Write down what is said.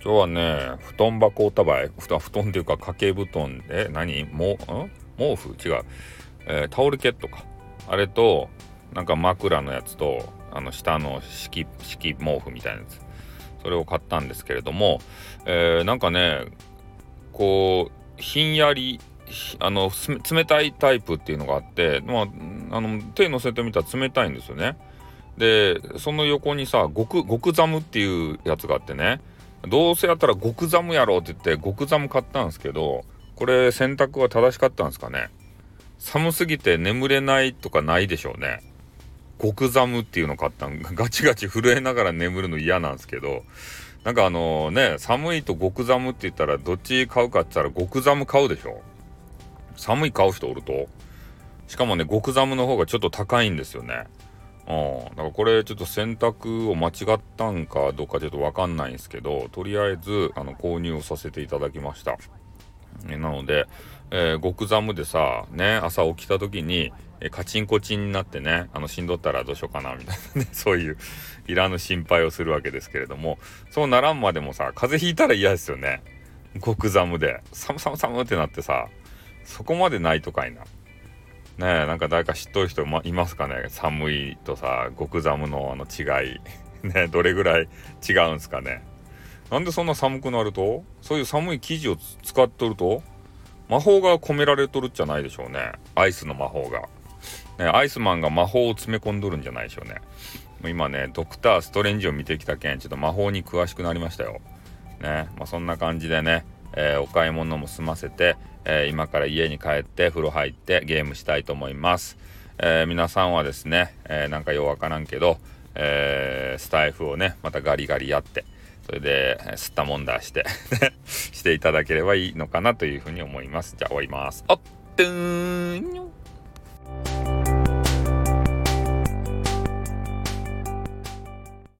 今日はね、布団箱おたばい、布団っていうか掛け布団、毛布違う、タオルケットか。あれと、なんか枕のやつと、下の敷毛布みたいなやつ。それを買ったんですけれども、なんかね、こう、ひんやり、冷たいタイプっていうのがあって、手乗せてみたら冷たいんですよね。で、その横にさ、極寒っていうやつがあってね、どうせやったら極寒やろうって言って極寒買ったんですけど、これ選択は正しかったんですかね。寒すぎて眠れないとかないでしょうね。極寒っていうの買ったん、ガチガチ震えながら眠るの嫌なんですけど、なんか寒いと極寒って言ったらどっち買うかって言ったら極寒買うでしょ。寒い買う人おると。しかもね、極寒の方がちょっと高いんですよね。だからこれちょっと選択を間違ったんかどうかちょっとわかんないんですけど、とりあえず購入をさせていただきました。なので、極寒でさね、朝起きた時に、カチンコチンになってね、しんどったらどうしようかなみたいなね、そういういらぬ心配をするわけですけれども、そうならんまでもさ、風邪ひいたら嫌ですよね。極寒で寒ってなってさ、そこまでないとかいな。ねえ、なんか誰か知っとる人いますかね。寒いとさ、極寒の違いね、どれぐらい違うんすかね。なんでそんな寒くなると、そういう寒い生地を使っとると魔法が込められとるっちゃないでしょうね。アイスの魔法がね、アイスマンが魔法を詰め込んどるんじゃないでしょうね。今ね、ドクターストレンジを見てきたけん、ちょっと魔法に詳しくなりましたよね。そんな感じでね、お買い物も済ませて、今から家に帰って風呂入ってゲームしたいと思います。皆さんはですね、なんかようわからんけど、スタイフをねまたガリガリやって、それで吸ったもんだしてしていただければいいのかなというふうに思います。じゃあ終わります。あっ、てーん。